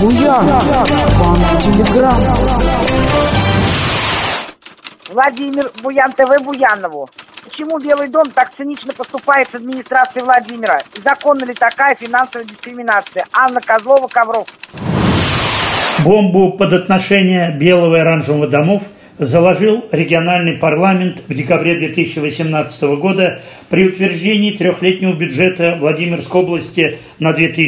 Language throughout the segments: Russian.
Буян, вам телеграм. Владимир Буян ТВ Буянову. Почему Белый дом так цинично поступает с администрацией Владимира? И законна ли такая финансовая дискриминация? Анна Козлова, Ковров. Бомбу под отношения Белого и Оранжевого домов заложил региональный парламент в декабре 2018 года при утверждении трехлетнего бюджета Владимирской области на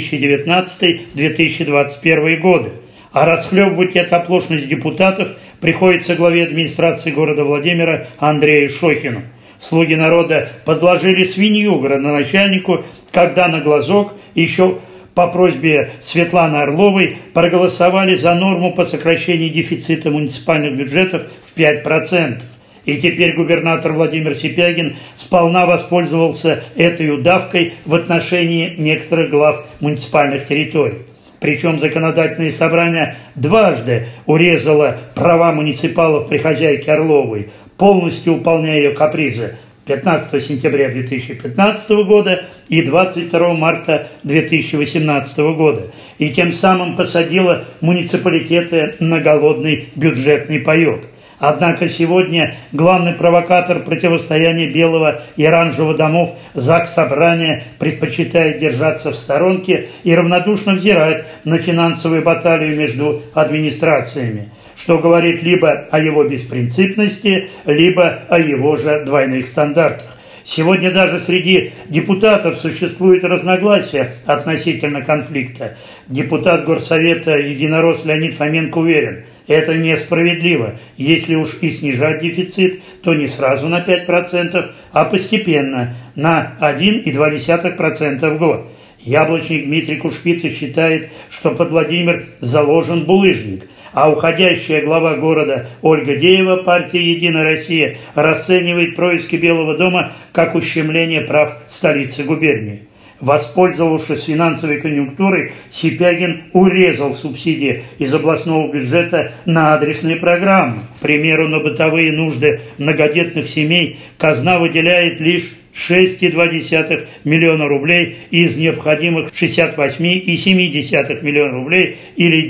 2019-2021 годы. А расхлебывать эту оплошность депутатов приходится главе администрации города Владимира Андрею Шохину. Слуги народа подложили свинью градоначальнику, когда на глазок еще по просьбе Светланы Орловой проголосовали за норму по сокращению дефицита муниципальных бюджетов в 5%. И теперь губернатор Владимир Сипягин сполна воспользовался этой удавкой в отношении некоторых глав муниципальных территорий. Причем законодательное собрание дважды урезало права муниципалов при хозяйке Орловой, полностью выполняя ее капризы 15 сентября 2015 года и 22 марта 2018 года, и тем самым посадила муниципалитеты на голодный бюджетный паёк. Однако сегодня главный провокатор противостояния Белого и Оранжевого домов Заксобрание предпочитает держаться в сторонке и равнодушно взирать на финансовую баталию между администрациями, что говорит либо о его беспринципности, либо о его же двойных стандартах. Сегодня даже среди депутатов существует разногласия относительно конфликта. Депутат Горсовета единорос Леонид Фоменко уверен, это несправедливо. Если уж и снижать дефицит, то не сразу на 5%, а постепенно на 1,2% в год. Яблочник Дмитрий Кушпита считает, что под Владимир заложен булыжник, а уходящая глава города Ольга Деева, партия «Единая Россия», расценивает происки Белого дома как ущемление прав столицы губернии. Воспользовавшись финансовой конъюнктурой, Сипягин урезал субсидии из областного бюджета на адресные программы. К примеру, на бытовые нужды многодетных семей казна выделяет лишь 6,2 миллиона рублей из необходимых 68,7 миллиона рублей или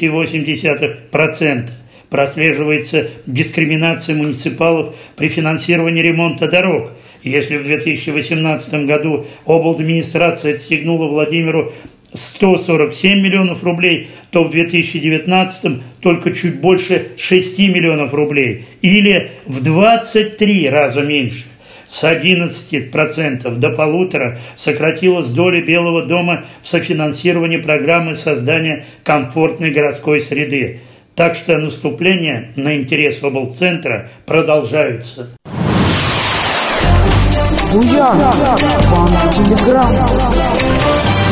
9,8%. Прослеживается дискриминация муниципалов при финансировании ремонта дорог. Если в 2018 году облдадминистрация отстегнула Владимиру 147 миллионов рублей, то в 2019 только чуть больше 6 миллионов рублей, или в 23 раза меньше. С 11% до 1,5% сократилась доля Белого дома в софинансировании программы создания комфортной городской среды. Так что наступления на интерес облцентра продолжаются. Буян, вам телеграм.